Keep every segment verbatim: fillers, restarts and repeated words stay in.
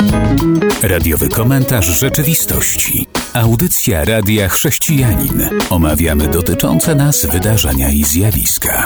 Radiowy komentarz rzeczywistości. Audycja Radia Chrześcijanin. Omawiamy dotyczące nas wydarzenia i zjawiska.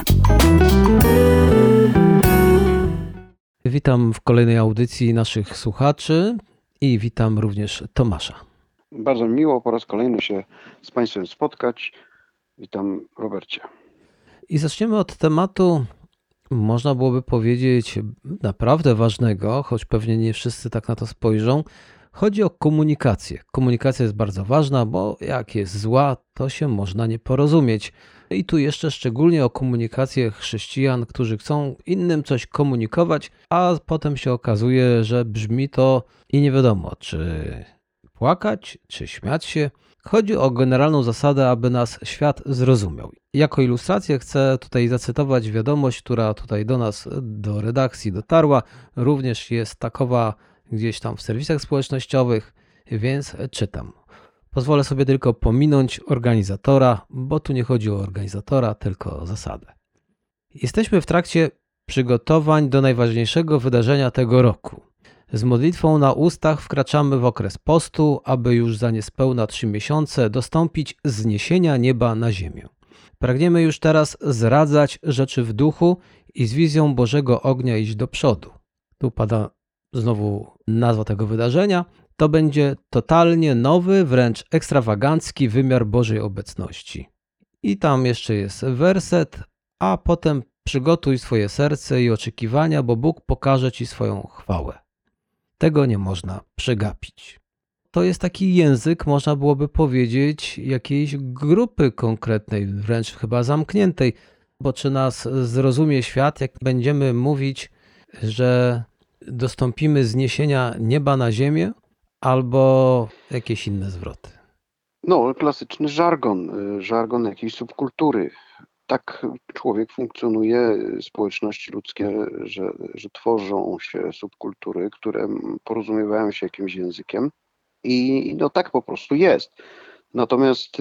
Witam w kolejnej audycji naszych słuchaczy i witam również Tomasza. Bardzo miło po raz kolejny się z Państwem spotkać. Witam, Robercie. I zaczniemy od tematu, można byłoby powiedzieć, naprawdę ważnego, choć pewnie nie wszyscy tak na to spojrzą. Chodzi o komunikację. Komunikacja jest bardzo ważna, bo jak jest zła, to się można nie porozumieć. I tu jeszcze szczególnie o komunikację chrześcijan, którzy chcą innym coś komunikować, a potem się okazuje, że brzmi to i nie wiadomo, czy płakać, czy śmiać się. Chodzi o generalną zasadę, aby nas świat zrozumiał. Jako ilustrację chcę tutaj zacytować wiadomość, która tutaj do nas, do redakcji dotarła. Również jest takowa gdzieś tam w serwisach społecznościowych, więc czytam. Pozwolę sobie tylko pominąć organizatora, bo tu nie chodzi o organizatora, tylko o zasadę. Jesteśmy w trakcie przygotowań do najważniejszego wydarzenia tego roku. Z modlitwą na ustach wkraczamy w okres postu, aby już za niespełna trzy miesiące dostąpić zniesienia nieba na ziemię. Pragniemy już teraz zradzać rzeczy w duchu i z wizją Bożego ognia iść do przodu. Tu pada znowu nazwa tego wydarzenia. To będzie totalnie nowy, wręcz ekstrawagancki wymiar Bożej obecności. I tam jeszcze jest werset, a potem przygotuj swoje serce i oczekiwania, bo Bóg pokaże Ci swoją chwałę. Tego nie można przegapić. To jest taki język, można byłoby powiedzieć, jakiejś grupy konkretnej, wręcz chyba zamkniętej, bo czy nas zrozumie świat, jak będziemy mówić, że dostąpimy zniesienia nieba na ziemię, albo jakieś inne zwroty. No, klasyczny żargon, żargon jakiejś subkultury. Tak człowiek funkcjonuje, społeczności ludzkie, że, że tworzą się subkultury, które porozumiewają się jakimś językiem i no tak po prostu jest. Natomiast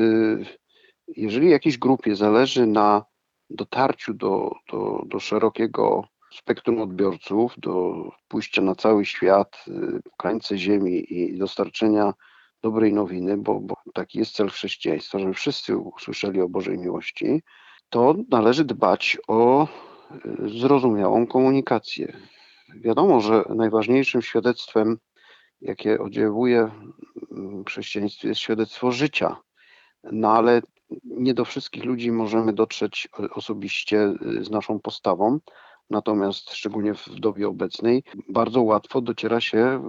jeżeli jakiejś grupie zależy na dotarciu do, do, do szerokiego spektrum odbiorców, do pójścia na cały świat, krańce ziemi i dostarczenia dobrej nowiny, bo, bo taki jest cel chrześcijaństwa, żeby wszyscy usłyszeli o Bożej miłości, to należy dbać o zrozumiałą komunikację. Wiadomo, że najważniejszym świadectwem, jakie oddziałuje w chrześcijaństwie, jest świadectwo życia. No ale nie do wszystkich ludzi możemy dotrzeć osobiście z naszą postawą. Natomiast szczególnie w dobie obecnej bardzo łatwo dociera się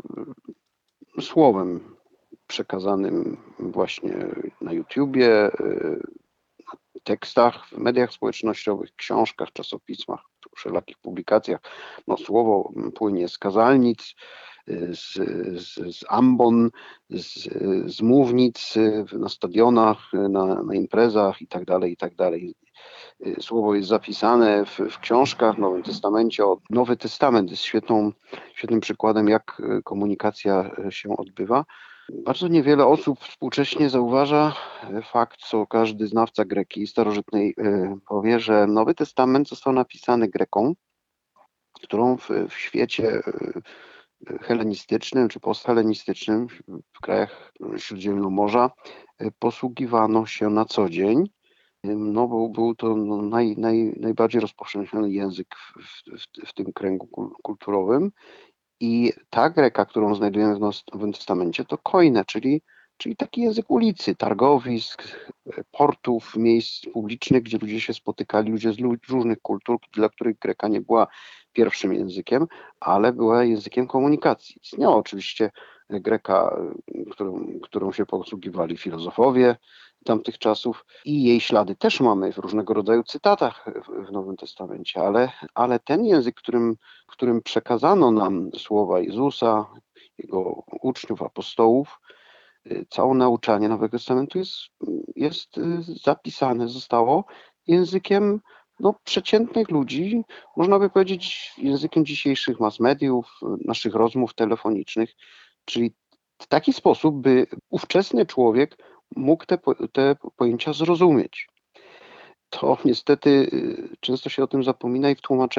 słowem przekazanym właśnie na YouTubie, tekstach, w mediach społecznościowych, książkach, czasopismach, wszelakich publikacjach. No, słowo płynie z kazalnic, z, z, z ambon, z, z mównic, na stadionach, na, na imprezach i tak dalej, i tak dalej. Słowo jest zapisane w, w książkach, w Nowym Testamencie. Nowy Testament jest świetną, świetnym przykładem, jak komunikacja się odbywa. Bardzo niewiele osób współcześnie zauważa fakt, co każdy znawca greki starożytnej powie, że Nowy Testament został napisany Greką, którą w, w świecie helenistycznym czy posthelenistycznym, w krajach Śródziemnomorza posługiwano się na co dzień. No, bo był to naj, naj, najbardziej rozpowszechniony język w, w, w tym kręgu kulturowym. I ta greka, którą znajdujemy w Nowym Testamencie, to koine, czyli, czyli taki język ulicy, targowisk, portów, miejsc publicznych, gdzie ludzie się spotykali, ludzie z różnych kultur, dla których greka nie była pierwszym językiem, ale była językiem komunikacji. Istniała oczywiście greka, którą, którą się posługiwali filozofowie tamtych czasów i jej ślady też mamy w różnego rodzaju cytatach w Nowym Testamencie, ale, ale ten język, którym, którym przekazano nam słowa Jezusa, jego uczniów, apostołów, całe nauczanie Nowego Testamentu jest, jest zapisane, zostało językiem no, przeciętnych ludzi, można by powiedzieć językiem dzisiejszych mass mediów, naszych rozmów telefonicznych, czyli w taki sposób, by ówczesny człowiek mógł te, te pojęcia zrozumieć. To niestety często się o tym zapomina i w tłumaczeniach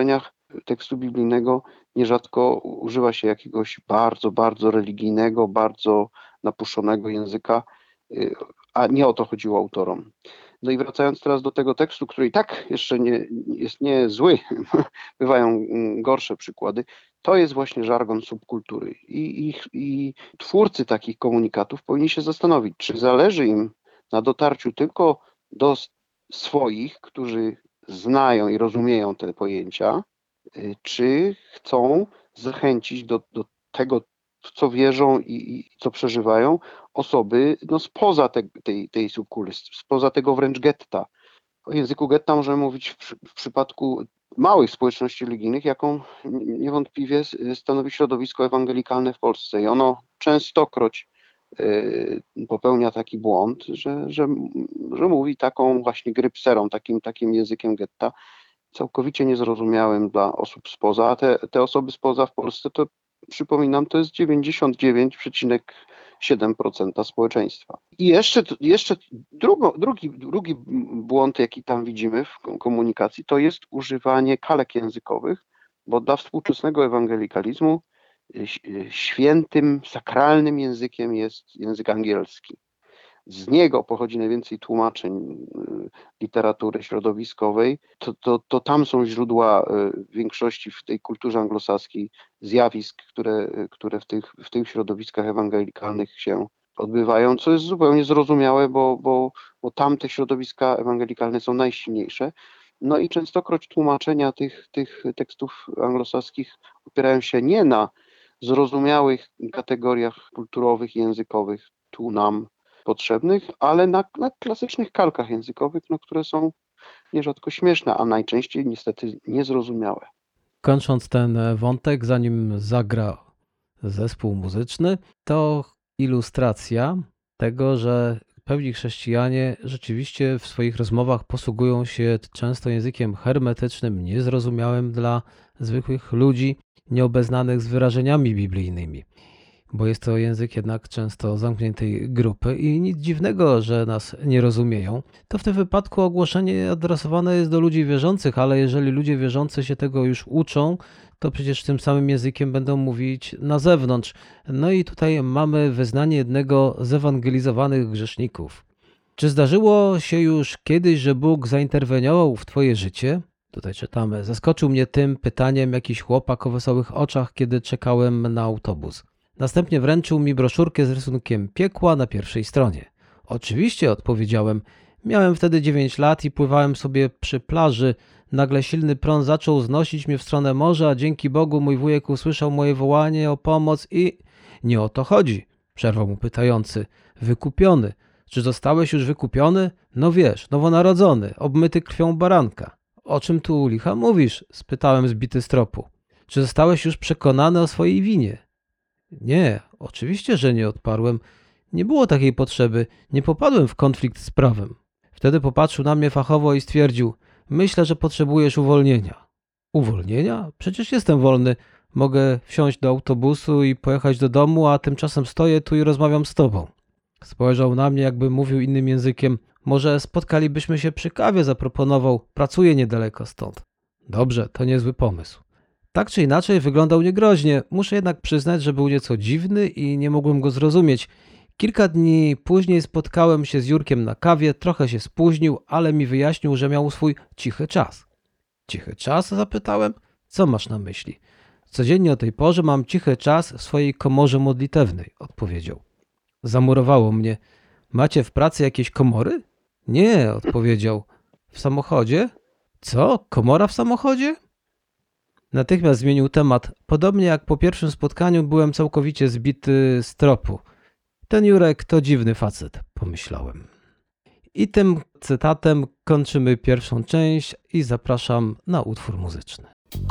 tekstu biblijnego nierzadko używa się jakiegoś bardzo, bardzo religijnego, bardzo napuszonego języka, a nie o to chodziło autorom. No i wracając teraz do tego tekstu, który i tak jeszcze nie, jest nie zły, bywają gorsze przykłady, to jest właśnie żargon subkultury. I, i, I twórcy takich komunikatów powinni się zastanowić, czy zależy im na dotarciu tylko do swoich, którzy znają i rozumieją te pojęcia, czy chcą zachęcić do, do tego, w co wierzą i, i co przeżywają osoby no, spoza te, tej, tej subkultury, spoza tego wręcz getta. O języku getta możemy mówić w, w przypadku małych społeczności religijnych, jaką niewątpliwie stanowi środowisko ewangelikalne w Polsce. I ono częstokroć y, popełnia taki błąd, że, że, że mówi taką właśnie grypserą, takim, takim językiem getta, całkowicie niezrozumiałym dla osób spoza, a te, te osoby spoza w Polsce to, przypominam, to jest dziewięćdziesiąt dziewięć przecinek siedem procent społeczeństwa. I jeszcze, jeszcze drugo, drugi, drugi błąd, jaki tam widzimy w komunikacji, to jest używanie kalek językowych, bo dla współczesnego ewangelikalizmu świętym, sakralnym językiem jest język angielski. Z niego pochodzi najwięcej tłumaczeń literatury środowiskowej, to, to, to tam są źródła w większości w tej kulturze anglosaskiej zjawisk, które, które w, tych, w tych środowiskach ewangelikalnych się odbywają, co jest zupełnie zrozumiałe, bo, bo, bo tam te środowiska ewangelikalne są najsilniejsze. No i częstokroć tłumaczenia tych, tych tekstów anglosaskich opierają się nie na zrozumiałych kategoriach kulturowych i językowych, tu nam potrzebnych, ale na, na klasycznych kalkach językowych, no, które są nierzadko śmieszne, a najczęściej niestety niezrozumiałe. Kończąc ten wątek, zanim zagra zespół muzyczny, to ilustracja tego, że pewni chrześcijanie rzeczywiście w swoich rozmowach posługują się często językiem hermetycznym, niezrozumiałym dla zwykłych ludzi, nieobeznanych z wyrażeniami biblijnymi. Bo jest to język jednak często zamkniętej grupy i nic dziwnego, że nas nie rozumieją. To w tym wypadku ogłoszenie adresowane jest do ludzi wierzących, ale jeżeli ludzie wierzący się tego już uczą, to przecież tym samym językiem będą mówić na zewnątrz. No i tutaj mamy wyznanie jednego z ewangelizowanych grzeszników. Czy zdarzyło się już kiedyś, że Bóg zainterweniował w twoje życie? Tutaj czytamy. Zaskoczył mnie tym pytaniem jakiś chłopak o wesołych oczach, kiedy czekałem na autobus. Następnie wręczył mi broszurkę z rysunkiem piekła na pierwszej stronie. Oczywiście, odpowiedziałem. Miałem wtedy dziewięć lat i pływałem sobie przy plaży. Nagle silny prąd zaczął znosić mnie w stronę morza, a dzięki Bogu mój wujek usłyszał moje wołanie o pomoc i... Nie o to chodzi, przerwał mu pytający. Wykupiony. Czy zostałeś już wykupiony? No wiesz, nowonarodzony, obmyty krwią baranka. O czym tu u licha mówisz? Spytałem zbity z tropu. Czy zostałeś już przekonany o swojej winie? Nie, oczywiście, że nie, odparłem. Nie było takiej potrzeby, nie popadłem w konflikt z prawem. Wtedy popatrzył na mnie fachowo i stwierdził, myślę, że potrzebujesz uwolnienia. Uwolnienia? Przecież jestem wolny. Mogę wsiąść do autobusu i pojechać do domu, a tymczasem stoję tu i rozmawiam z tobą. Spojrzał na mnie, jakby mówił innym językiem. Może spotkalibyśmy się przy kawie, zaproponował. Pracuję niedaleko stąd. Dobrze, to niezły pomysł. Tak czy inaczej wyglądał niegroźnie. Muszę jednak przyznać, że był nieco dziwny i nie mogłem go zrozumieć. Kilka dni później spotkałem się z Jurkiem na kawie, trochę się spóźnił, ale mi wyjaśnił, że miał swój cichy czas. Cichy czas? Zapytałem. Co masz na myśli? Codziennie o tej porze mam cichy czas w swojej komorze modlitewnej, odpowiedział. Zamurowało mnie. Macie w pracy jakieś komory? Nie, odpowiedział. W samochodzie? Co? Komora w samochodzie? Natychmiast zmienił temat. Podobnie jak po pierwszym spotkaniu byłem całkowicie zbity z tropu. Ten Jurek to dziwny facet, pomyślałem. I tym cytatem kończymy pierwszą część i zapraszam na utwór muzyczny.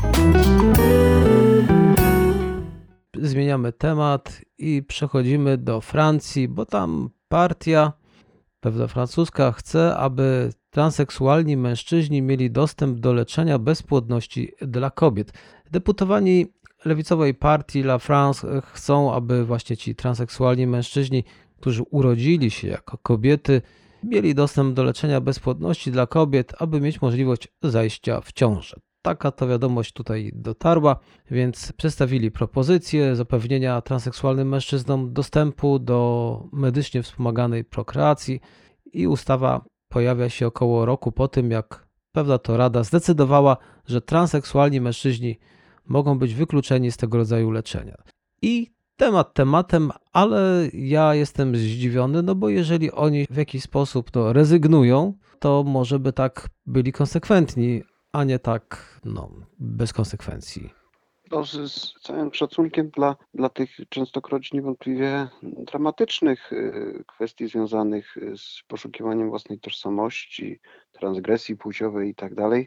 Zmieniamy temat i przechodzimy do Francji, bo tam partia pewna francuska chce, aby transseksualni mężczyźni mieli dostęp do leczenia bezpłodności dla kobiet. Deputowani lewicowej partii La France chcą, aby właśnie ci transseksualni mężczyźni, którzy urodzili się jako kobiety, mieli dostęp do leczenia bezpłodności dla kobiet, aby mieć możliwość zajścia w ciążę. taka to wiadomość tutaj dotarła, więc przedstawili propozycję zapewnienia transseksualnym mężczyznom dostępu do medycznie wspomaganej prokreacji i ustawa pojawia się około roku po tym, jak pewna to rada zdecydowała, że transseksualni mężczyźni mogą być wykluczeni z tego rodzaju leczenia. I temat tematem, ale ja jestem zdziwiony, no bo jeżeli oni w jakiś sposób no, rezygnują, to może by tak byli konsekwentni, a nie tak no, bez konsekwencji. No, z, z całym szacunkiem dla, dla tych częstokroć niewątpliwie dramatycznych y, kwestii związanych z poszukiwaniem własnej tożsamości, transgresji płciowej i tak dalej,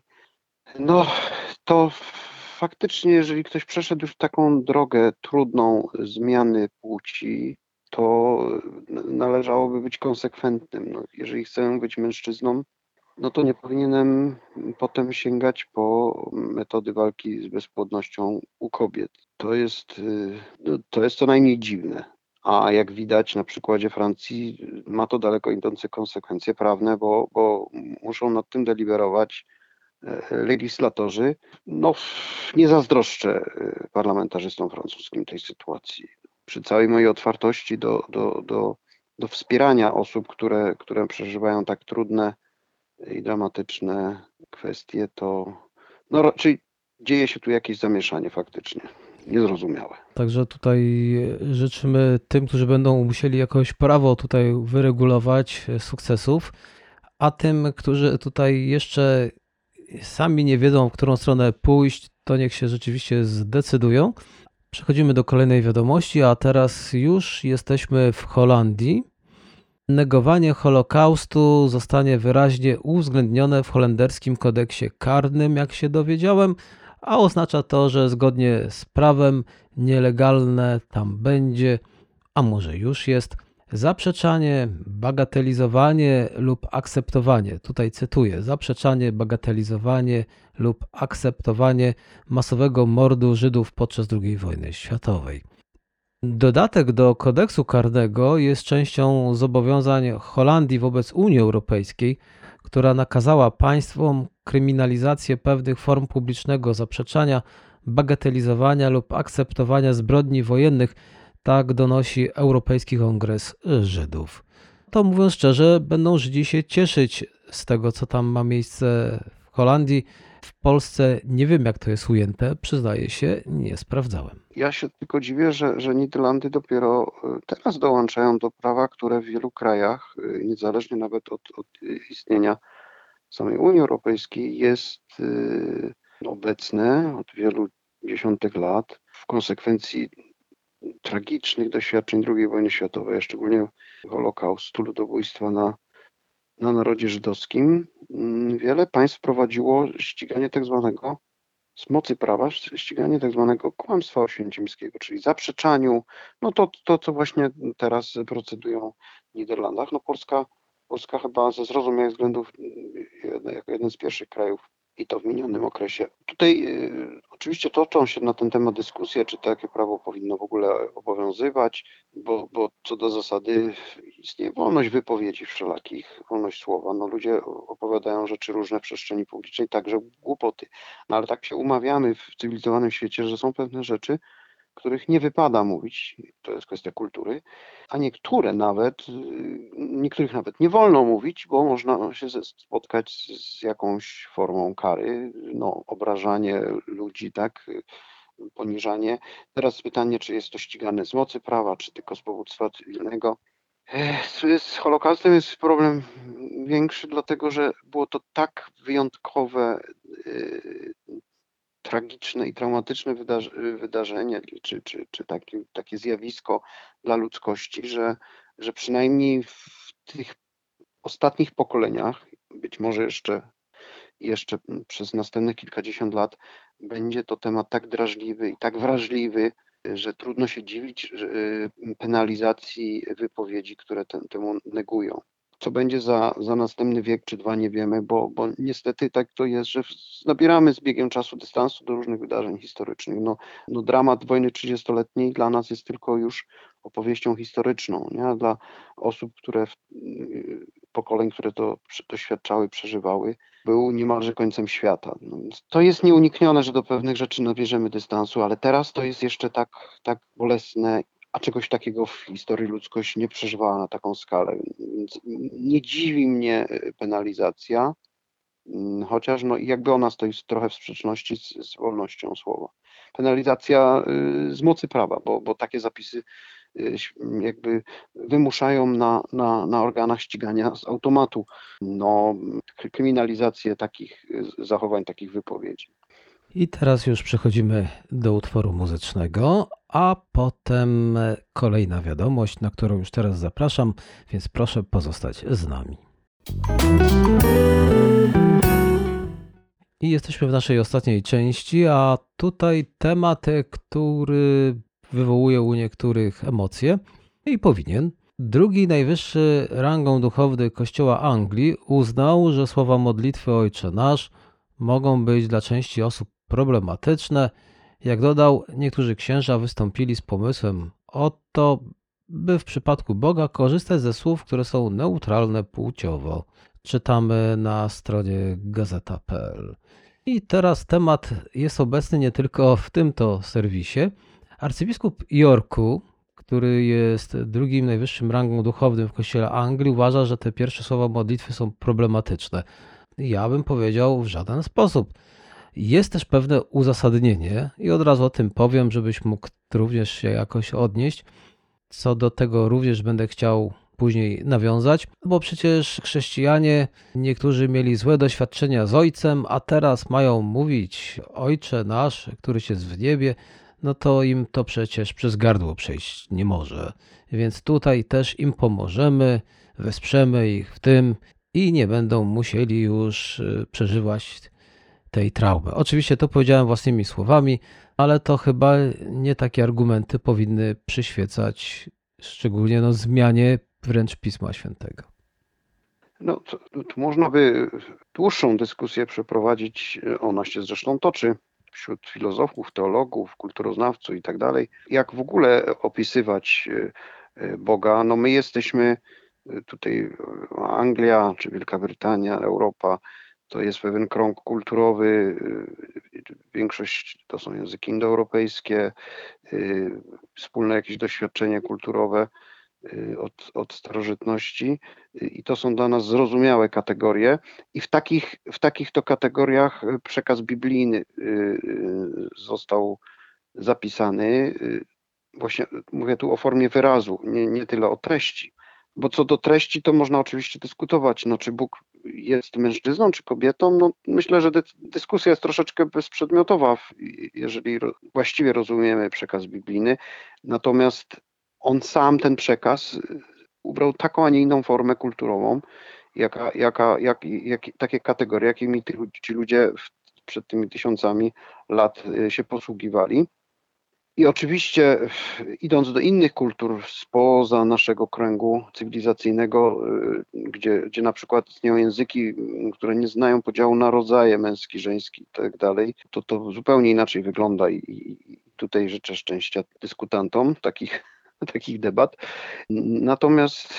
no to faktycznie, jeżeli ktoś przeszedł już taką drogę trudną zmiany płci, to należałoby być konsekwentnym. No, jeżeli chcę być mężczyzną, no to nie powinienem potem sięgać po metody walki z bezpłodnością u kobiet. To jest, no, to jest co najmniej dziwne. A jak widać na przykładzie Francji, ma to daleko idące konsekwencje prawne, bo, bo muszą nad tym deliberować legislatorzy. No, nie zazdroszczę parlamentarzystom francuskim tej sytuacji. Przy całej mojej otwartości do, do, do, do wspierania osób, które, które przeżywają tak trudne i dramatyczne kwestie, to no raczej dzieje się tu jakieś zamieszanie faktycznie, niezrozumiałe. Także tutaj życzymy tym, którzy będą musieli jakoś prawo tutaj wyregulować, sukcesów, a tym, którzy tutaj jeszcze sami nie wiedzą, w którą stronę pójść, to niech się rzeczywiście zdecydują. Przechodzimy do kolejnej wiadomości, a teraz już jesteśmy w Holandii. Negowanie Holokaustu zostanie wyraźnie uwzględnione w holenderskim kodeksie karnym, jak się dowiedziałem, a oznacza to, że zgodnie z prawem nielegalne tam będzie, a może już jest, zaprzeczanie, bagatelizowanie lub akceptowanie, tutaj cytuję, zaprzeczanie, bagatelizowanie lub akceptowanie masowego mordu Żydów podczas drugiej wojny światowej. Dodatek do kodeksu karnego jest częścią zobowiązań Holandii wobec Unii Europejskiej, która nakazała państwom kryminalizację pewnych form publicznego zaprzeczania, bagatelizowania lub akceptowania zbrodni wojennych, tak donosi Europejski Kongres Żydów. To mówiąc szczerze, będą Żydzi się cieszyć z tego, co tam ma miejsce w Holandii. W Polsce nie wiem, jak to jest ujęte, przyznaję się, nie sprawdzałem. Ja się tylko dziwię, że, że Niderlandy dopiero teraz dołączają do prawa, które w wielu krajach, niezależnie nawet od, od istnienia samej Unii Europejskiej, jest obecne od wielu dziesiątek lat w konsekwencji tragicznych doświadczeń drugiej wojny światowej, a szczególnie Holokaustu, ludobójstwa na, na narodzie żydowskim. Wiele państw prowadziło ściganie tak zwanego z mocy prawa, ściganie tak zwanego kłamstwa oświęcimskiego, czyli zaprzeczaniu, no to, to co właśnie teraz procedują w Niderlandach. No Polska, Polska chyba ze zrozumiałych względów jako jeden z pierwszych krajów i to w minionym okresie. Tutaj y, oczywiście toczą się na ten temat dyskusje, czy takie prawo powinno w ogóle obowiązywać, bo, bo co do zasady istnieje wolność wypowiedzi wszelakich, wolność słowa. No ludzie opowiadają rzeczy różne w przestrzeni publicznej, także głupoty. No ale tak się umawiamy w cywilizowanym świecie, że są pewne rzeczy, których nie wypada mówić, to jest kwestia kultury, a niektóre nawet, niektórych nawet nie wolno mówić, bo można się spotkać z jakąś formą kary, no obrażanie ludzi, tak, poniżanie. Teraz pytanie, czy jest to ścigane z mocy prawa, czy tylko z powództwa cywilnego. Z Holokaustem jest problem większy, dlatego że było to tak wyjątkowe, tragiczne i traumatyczne wydarzy- wydarzenie, czy, czy, czy takie, takie zjawisko dla ludzkości, że, że przynajmniej w tych ostatnich pokoleniach, być może jeszcze, jeszcze przez następnych kilkadziesiąt lat, będzie to temat tak drażliwy i tak wrażliwy, że trudno się dziwić że, penalizacji wypowiedzi, które ten, temu negują. Co będzie za, za następny wiek czy dwa, nie wiemy, bo, bo niestety tak to jest, że nabieramy z biegiem czasu dystansu do różnych wydarzeń historycznych. No, no dramat wojny trzydziestoletniej dla nas jest tylko już opowieścią historyczną, nie? A dla osób, które w, pokoleń, które to doświadczały, przeżywały, był niemalże końcem świata. No, to jest nieuniknione, że do pewnych rzeczy nabierzemy dystansu, ale teraz to jest jeszcze tak, tak bolesne, a czegoś takiego w historii ludzkość nie przeżywała na taką skalę. Więc nie dziwi mnie penalizacja, chociaż no, jakby ona stoi trochę w sprzeczności z, z wolnością słowa. Penalizacja z mocy prawa, bo, bo takie zapisy jakby wymuszają na, na, na organach ścigania z automatu no, kryminalizację takich zachowań, takich wypowiedzi. I teraz już przechodzimy do utworu muzycznego, a potem kolejna wiadomość, na którą już teraz zapraszam, więc proszę pozostać z nami. I jesteśmy w naszej ostatniej części, a tutaj temat, który wywołuje u niektórych emocje i powinien. Drugi najwyższy rangą duchowny Kościoła Anglii uznał, że słowa modlitwy Ojcze Nasz mogą być dla części osób problematyczne. Jak dodał, niektórzy księża wystąpili z pomysłem o to, by w przypadku Boga korzystać ze słów, które są neutralne płciowo. Czytamy na stronie gazeta kropka p l. I teraz temat jest obecny nie tylko w tymto serwisie. Arcybiskup Yorku, który jest drugim najwyższym rangą duchownym w Kościele Anglii, uważa, że te pierwsze słowa modlitwy są problematyczne. Ja bym powiedział w żaden sposób. Jest też pewne uzasadnienie i od razu o tym powiem, żebyś mógł również się jakoś odnieść. Co do tego również będę chciał później nawiązać, bo przecież chrześcijanie, niektórzy mieli złe doświadczenia z Ojcem, a teraz mają mówić Ojcze Nasz, któryś jest w niebie, no to im to przecież przez gardło przejść nie może. Więc tutaj też im pomożemy, wesprzemy ich w tym i nie będą musieli już przeżywać tej traumy. Oczywiście to powiedziałem własnymi słowami, ale to chyba nie takie argumenty powinny przyświecać szczególnie no, zmianie wręcz Pisma Świętego. No, to, to można by dłuższą dyskusję przeprowadzić, ona się zresztą toczy wśród filozofów, teologów, kulturoznawców i tak dalej. Jak w ogóle opisywać Boga? No my jesteśmy tutaj Anglia czy Wielka Brytania, Europa, to jest pewien krąg kulturowy, większość to są języki indoeuropejskie, wspólne jakieś doświadczenie kulturowe od, od starożytności i to są dla nas zrozumiałe kategorie i w takich, w takich to kategoriach przekaz biblijny został zapisany. Właśnie mówię tu o formie wyrazu, nie, nie tyle o treści, bo co do treści to można oczywiście dyskutować, no czy Bóg jest mężczyzną czy kobietą, no myślę, że dyskusja jest troszeczkę bezprzedmiotowa, jeżeli właściwie rozumiemy przekaz biblijny, natomiast on sam ten przekaz ubrał taką, a nie inną formę kulturową, jaka, jaka, jak, jak, takie kategorie, jakimi ci ludzie przed tymi tysiącami lat się posługiwali. I oczywiście idąc do innych kultur spoza naszego kręgu cywilizacyjnego, gdzie, gdzie na przykład istnieją języki, które nie znają podziału na rodzaje męski, żeński i tak dalej, to to zupełnie inaczej wygląda i, i tutaj życzę szczęścia dyskutantom takich, takich debat. Natomiast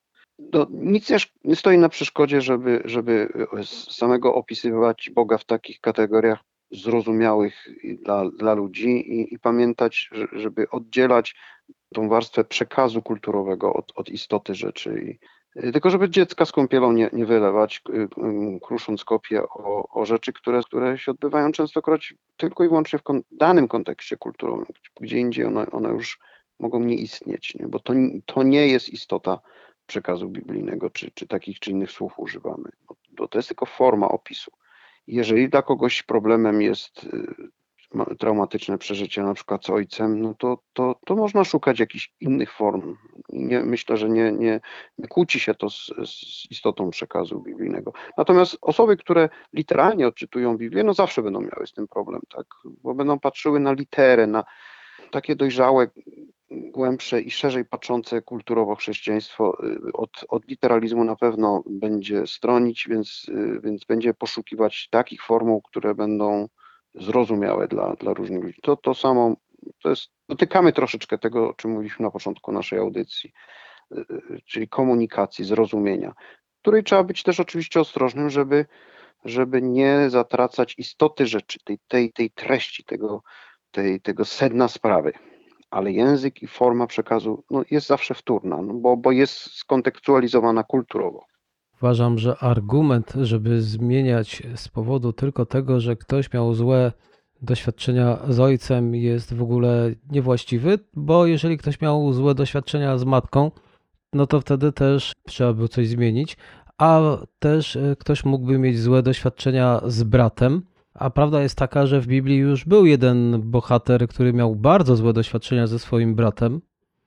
no, nic nie stoi na przeszkodzie, żeby, żeby samego opisywać Boga w takich kategoriach zrozumiałych dla, dla ludzi i, i pamiętać, żeby oddzielać tą warstwę przekazu kulturowego od, od istoty rzeczy. I, tylko żeby dziecka z kąpielą nie, nie wylewać, krusząc kopie o, o rzeczy, które, które się odbywają częstokroć tylko i wyłącznie w kon, danym kontekście kulturowym. Gdzie indziej one, one już mogą nie istnieć, nie? Bo to, to nie jest istota przekazu biblijnego, czy, czy takich czy innych słów używamy. Bo to jest tylko forma opisu. Jeżeli dla kogoś problemem jest traumatyczne przeżycie na przykład z ojcem, no to, to, to można szukać jakichś innych form. Nie, myślę, że nie, nie, nie kłóci się to z, z istotą przekazu biblijnego. Natomiast osoby, które literalnie odczytują Biblię, no zawsze będą miały z tym problem, tak? Bo będą patrzyły na literę, na takie dojrzałe, głębsze i szerzej patrzące kulturowo chrześcijaństwo od, od literalizmu na pewno będzie stronić, więc, więc będzie poszukiwać takich formuł, które będą zrozumiałe dla, dla różnych ludzi. To, to samo, to jest, dotykamy troszeczkę tego, o czym mówiliśmy na początku naszej audycji, czyli komunikacji, zrozumienia. której trzeba być też oczywiście ostrożnym, żeby, żeby nie zatracać istoty rzeczy, tej, tej, tej treści, tego, tej, tego sedna sprawy. Ale język i forma przekazu no, jest zawsze wtórna, no, bo, bo jest skontekstualizowana kulturowo. Uważam, że argument, żeby zmieniać z powodu tylko tego, że ktoś miał złe doświadczenia z ojcem, jest w ogóle niewłaściwy, bo jeżeli ktoś miał złe doświadczenia z matką, no to wtedy też trzeba było coś zmienić, a też ktoś mógłby mieć złe doświadczenia z bratem, a prawda jest taka, że w Biblii już był jeden bohater, który miał bardzo złe doświadczenia ze swoim bratem,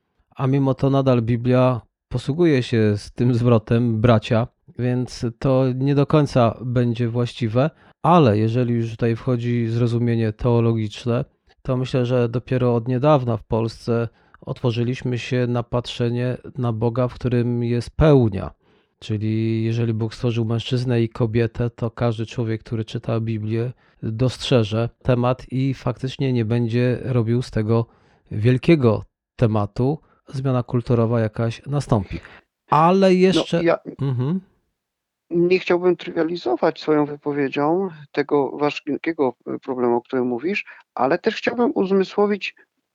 a mimo to nadal Biblia posługuje się z tym zwrotem bracia, więc to nie do końca będzie właściwe, ale jeżeli już tutaj wchodzi zrozumienie teologiczne, to myślę, że dopiero od niedawna w Polsce otworzyliśmy się na patrzenie na Boga, w którym jest pełnia. Czyli jeżeli Bóg stworzył mężczyznę i kobietę, to każdy człowiek, który czyta Biblię, dostrzeże temat i faktycznie nie będzie robił z tego wielkiego tematu. Zmiana kulturowa jakaś nastąpi. Ale jeszcze... No, ja mhm. nie chciałbym trywializować swoją wypowiedzią tego ważkiego problemu, o którym mówisz, ale też chciałbym uzmysłowić,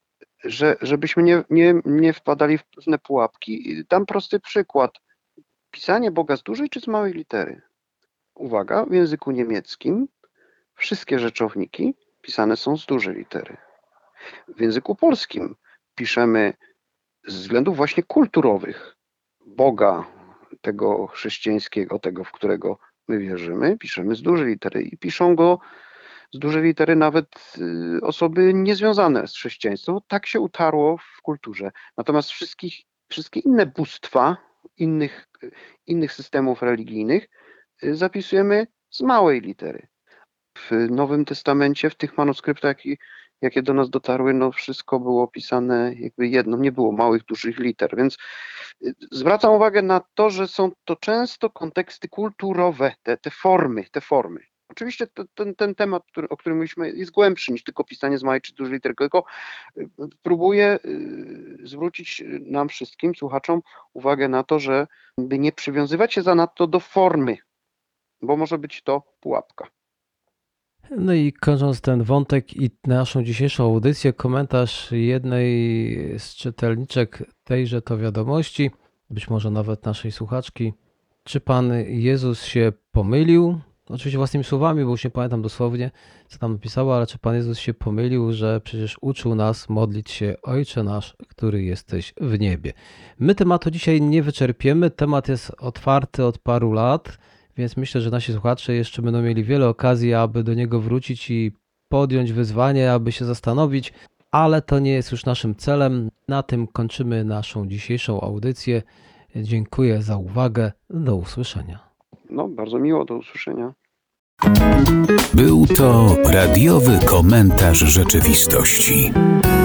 że, żebyśmy nie, nie, nie wpadali w pewne pułapki. Dam prosty przykład. Pisanie Boga z dużej czy z małej litery? Uwaga, w języku niemieckim wszystkie rzeczowniki pisane są z dużej litery. W języku polskim piszemy z względów właśnie kulturowych Boga, tego chrześcijańskiego, tego, w którego my wierzymy, piszemy z dużej litery i piszą go z dużej litery nawet osoby niezwiązane z chrześcijaństwem. Tak się utarło w kulturze. Natomiast wszystkich, wszystkie inne bóstwa innych, innych systemów religijnych zapisujemy z małej litery. W Nowym Testamencie, w tych manuskryptach, jakie do nas dotarły, no wszystko było pisane jakby jedno, nie było małych, dużych liter, więc zwracam uwagę na to, że są to często konteksty kulturowe, te, te formy, te formy. Oczywiście to, ten, ten temat, który, o którym mówiliśmy, jest głębszy niż tylko pisanie z małej czy dużej litery, tylko próbuję zwrócić nam wszystkim, słuchaczom, uwagę na to, że by nie przywiązywać się zanadto do formy, bo może być to pułapka. No i kończąc ten wątek i naszą dzisiejszą audycję, komentarz jednej z czytelniczek tejże to wiadomości, być może nawet naszej słuchaczki. Czy Pan Jezus się pomylił? Oczywiście własnymi słowami, bo już nie pamiętam dosłownie, co tam napisała, ale czy Pan Jezus się pomylił, że przecież uczył nas modlić się Ojcze nasz, który jesteś w niebie. My tematu dzisiaj nie wyczerpiemy, temat jest otwarty od paru lat, więc myślę, że nasi słuchacze jeszcze będą mieli wiele okazji, aby do niego wrócić i podjąć wyzwanie, aby się zastanowić, ale to nie jest już naszym celem. Na tym kończymy naszą dzisiejszą audycję. Dziękuję za uwagę. Do usłyszenia. No, bardzo miło, do usłyszenia. Był to radiowy komentarz rzeczywistości.